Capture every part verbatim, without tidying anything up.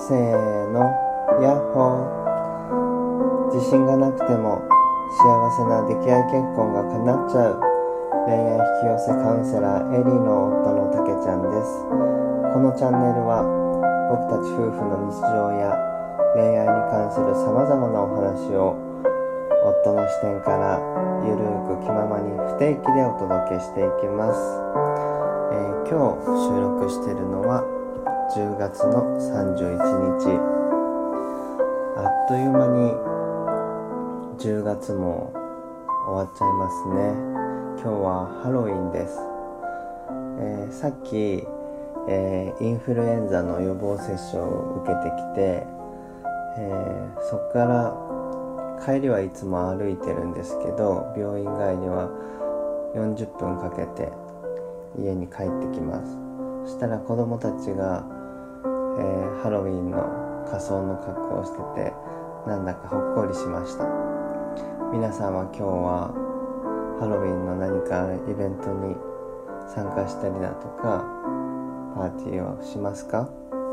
せーの、ヤッホー。自信がなくても幸せな出来合い結婚が叶っちゃう恋愛引き寄せカウンセラーエリーの夫のたけちゃんです。このチャンネルは僕たち夫婦の日常や恋愛に関するさまざまなお話を夫の視点からゆるく気ままに不定期でお届けしていきます。えー、今日収録しているのはじゅうがつのさんじゅういちにち。あっという間にじゅうがつも終わっちゃいますね。今日はハロウィンです。えー、さっき、えー、インフルエンザの予防接種を受けてきて、えー、そっから帰りはいつも歩いてるんですけど、病院帰りはよんじゅっぷんかけて家に帰ってきます。そしたら子供たちが、えー、ハロウィンの仮装の格好をしてて、なんだかほっこりしました。皆さんは今日はハロウィンの何かイベントに参加したりだとかパーティーをしますか？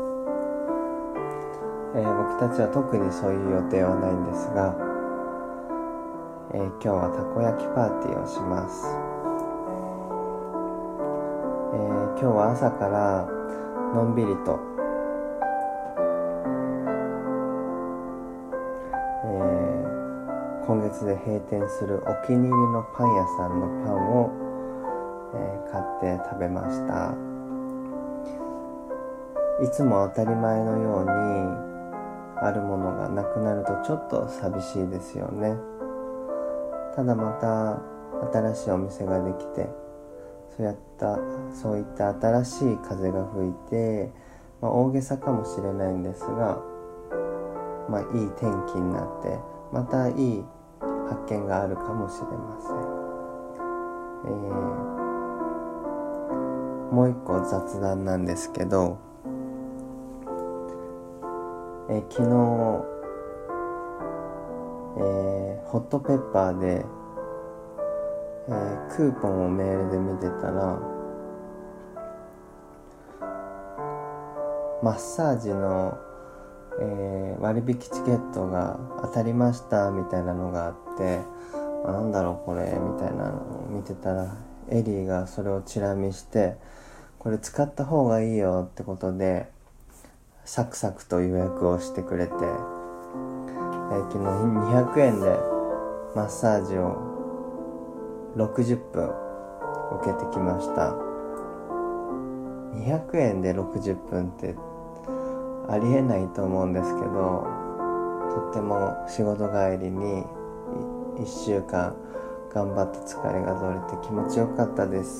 えー、僕たちは特にそういう予定はないんですが、えー、今日はたこ焼きパーティーをします。えー、今日は朝からのんびりと、えー、今月で閉店するお気に入りのパン屋さんのパンを、えー、買って食べました。いつも当たり前のようにあるものがなくなるとちょっと寂しいですよね。ただまた新しいお店ができて、そうやったそういった新しい風が吹いて、まあ、大げさかもしれないんですが、まあ、いい天気になってまたいい発見があるかもしれません。えー、もう一個雑談なんですけど、えー、昨日、えー、ホットペッパーで、えー、クーポンをメールで見てたら、マッサージの、えー、割引チケットが当たりましたみたいなのがあって、あ、なんだろうこれみたいなのを見てたら、エリーがそれをチラ見して、これ使った方がいいよってことでサクサクと予約をしてくれて、えー、昨日にひゃくえんでマッサージをろくじゅっぷん受けてきました。にひゃくえんでろくじゅっぷんってありえないと思うんですけど、とっても仕事帰りにいっしゅうかん頑張った疲れが取れて気持ちよかったです。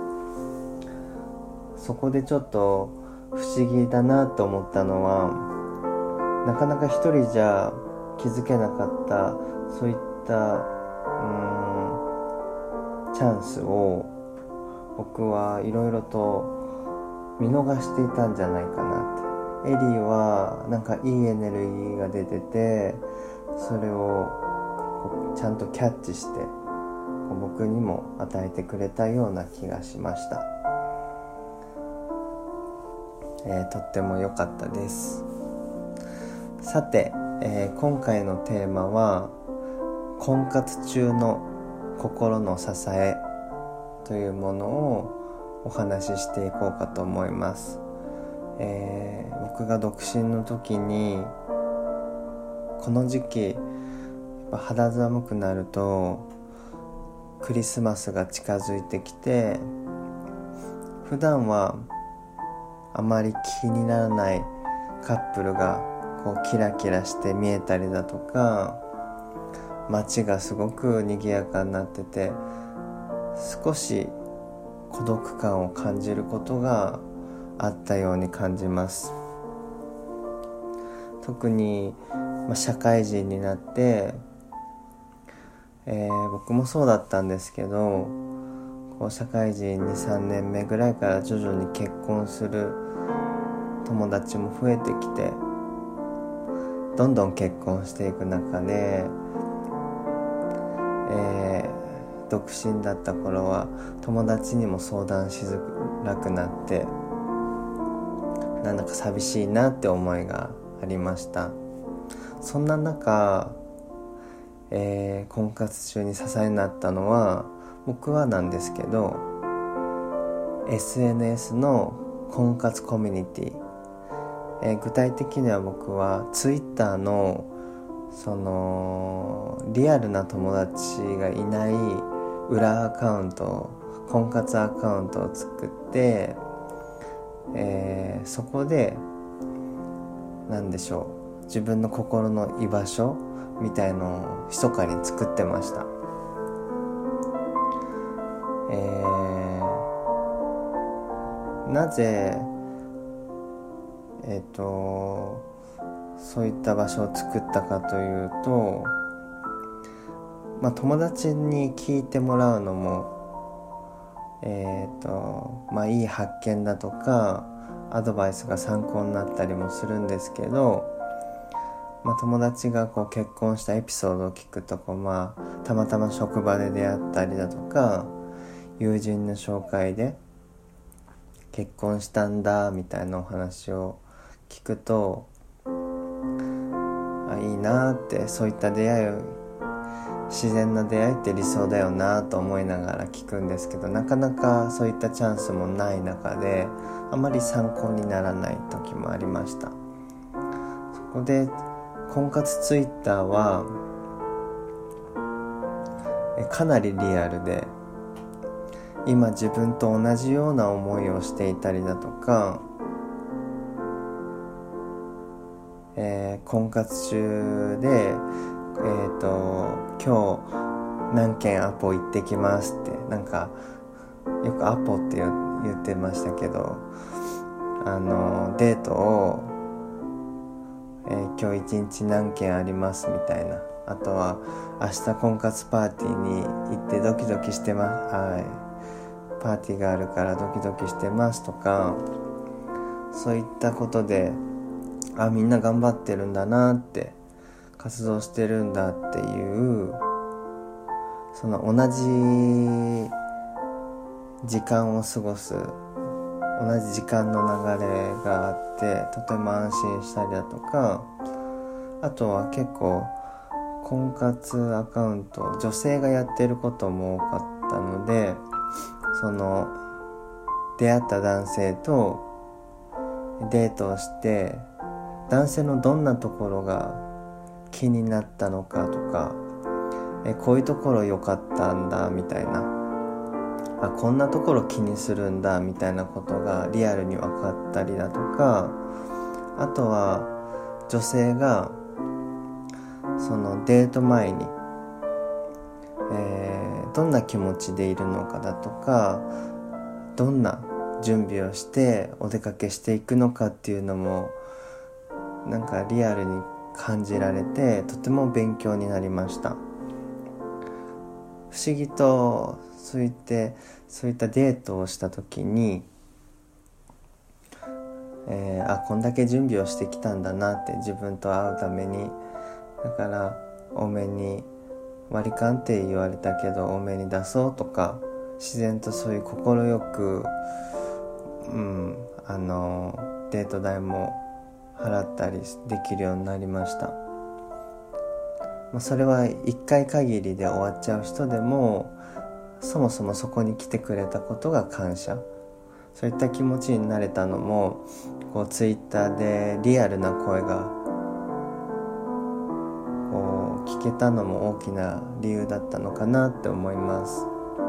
そこでちょっと不思議だなと思ったのは、なかなか一人じゃ気づけなかったそういったうーんチャンスを僕はいろいろと見逃していたんじゃないかなって。エリーはなんかいいエネルギーが出てて、それをこうちゃんとキャッチしてこう僕にも与えてくれたような気がしました。えー、とっても良かったです。さて、えー、今回のテーマは婚活中の心の支えというものをお話ししていこうかと思います。えー、僕が独身の時にこの時期肌寒くなるとクリスマスが近づいてきて、普段はあまり気にならないカップルがこうキラキラして見えたりだとか、街がすごく賑やかになってて少し孤独感を感じることがあったように感じます。特に、まあ、社会人になって、えー、僕もそうだったんですけど、こう社会人 に,さん 年目ぐらいから徐々に結婚する友達も増えてきて、どんどん結婚していく中で、えー、独身だった頃は友達にも相談しづらくなって、 なんだか寂しいなって思いがありました。そんな中、えー、婚活中に支えになったのは、僕はなんですけど エスエヌエス の婚活コミュニティ、えー、具体的には僕は Twitter のそのリアルな友達がいない裏アカウント、婚活アカウントを作って、えー、そこでなんでしょう、自分の心の居場所みたいのを密かに作ってました。えー、なぜえっとそういった場所を作ったかというと、まあ、友達に聞いてもらうのも、えっとまあ、いい発見だとかアドバイスが参考になったりもするんですけど、まあ、友達がこう結婚したエピソードを聞くとこう、まあ、たまたま職場で出会ったりだとか友人の紹介で結婚したんだみたいなお話を聞くと、あ、いいなって、そういった出会いを、自然な出会いって理想だよなと思いながら聞くんですけど、なかなかそういったチャンスもない中であまり参考にならない時もありました。そこで婚活ツイッターはかなりリアルで、今自分と同じような思いをしていたりだとか、えー、婚活中で、えーと、今日何軒アポ行ってきますって、なんかよくアポって言ってましたけど、あのデートを、えー、今日一日何件ありますみたいな、あとは明日婚活パーティーに行ってドキドキしてます、はい、パーティーがあるからドキドキしてますとか、そういったことで、あ、みんな頑張ってるんだなって、活動してるんだっていう、その同じ時間を過ごす、同じ時間の流れがあってとても安心したりだとか、あとは結構婚活アカウント女性がやってることも多かったので、その出会った男性とデートをして、男性のどんなところが気になったのかとか、えこういうところ良かったんだみたいな、あ、こんなところ気にするんだみたいなことがリアルに分かったりだとか、あとは女性がそのデート前に、えー、どんな気持ちでいるのかだとか、どんな準備をしてお出かけしていくのかっていうのもなんかリアルに感じられて、とても勉強になりました。不思議とそういってそういったデートをした時に、えー、あ、こんだけ準備をしてきたんだなって、自分と会うために。だから多めに割り勘って言われたけど多めに出そうとか、自然とそういう心よく、うん、あのデート代も払ったりできるようになりました。まあ、それはいっかい限りで終わっちゃう人でも、そもそもそこに来てくれたことが感謝、そういった気持ちになれたのも、こうツイッターでリアルな声がこう聞けたのも大きな理由だったのかなって思います。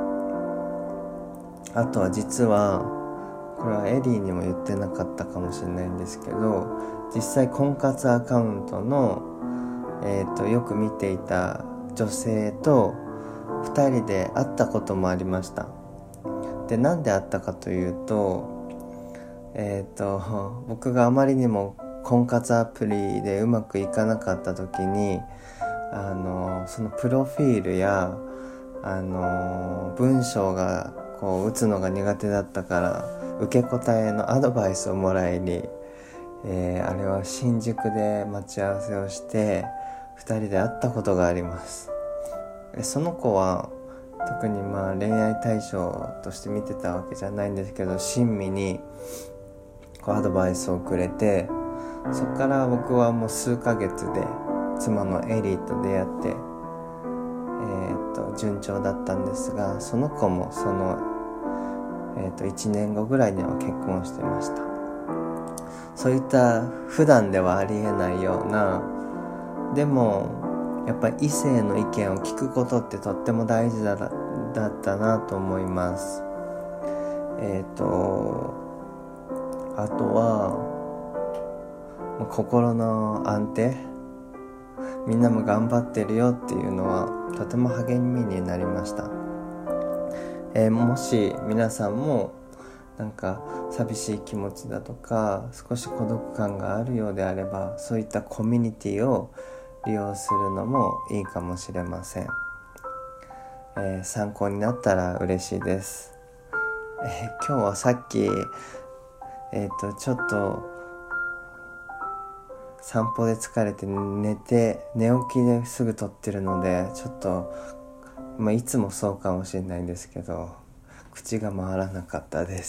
あとは実はこれはエリーにも言ってなかったかもしれないんですけど、実際婚活アカウントの、えーと、よく見ていた女性とふたりで会ったこともありました。で、なんで会ったかというと、えーと、僕があまりにも婚活アプリでうまくいかなかった時に、あのそのプロフィールやあの文章がこう打つのが苦手だったから、受け答えのアドバイスをもらいに、えー、あれは新宿で待ち合わせをしてふたりで会ったことがあります。その子は特にまあ恋愛対象として見てたわけじゃないんですけど、親身にこうアドバイスをくれて、そこから僕はもう数ヶ月で妻のエリーと出会って、えー、っと順調だったんですが、その子もその、えー、っといちねんごぐらいには結婚してました。そういった普段ではありえないような、でもやっぱり異性の意見を聞くことってとっても大事だ、だったなと思います。えっとあとは心の安定、みんなも頑張ってるよっていうのはとても励みになりました。えー、もし皆さんもなんか寂しい気持ちだとか少し孤独感があるようであれば、そういったコミュニティを利用するのもいいかもしれません。えー、参考になったら嬉しいです。えー、今日はさっきえっとちょっと散歩で疲れて寝て寝起きですぐ撮ってるので、ちょっと、まあ、いつもそうかもしれないんですけど口が回らなかったです。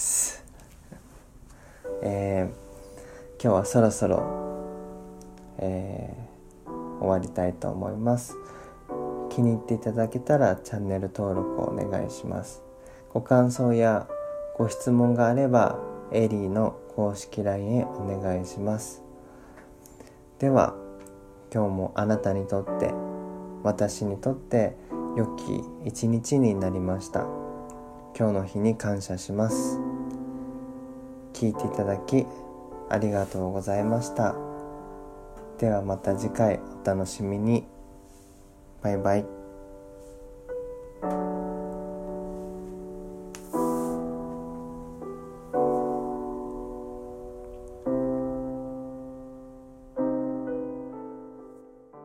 えー、今日はそろそろ、えー、終わりたいと思います。気に入っていただけたらチャンネル登録をお願いします。ご感想やご質問があればエリーの公式 ライン へお願いします。では今日もあなたにとって私にとって良き一日になりました。今日の日に感謝します。聞いていただきありがとうございました。ではまた次回お楽しみに。バイバイ。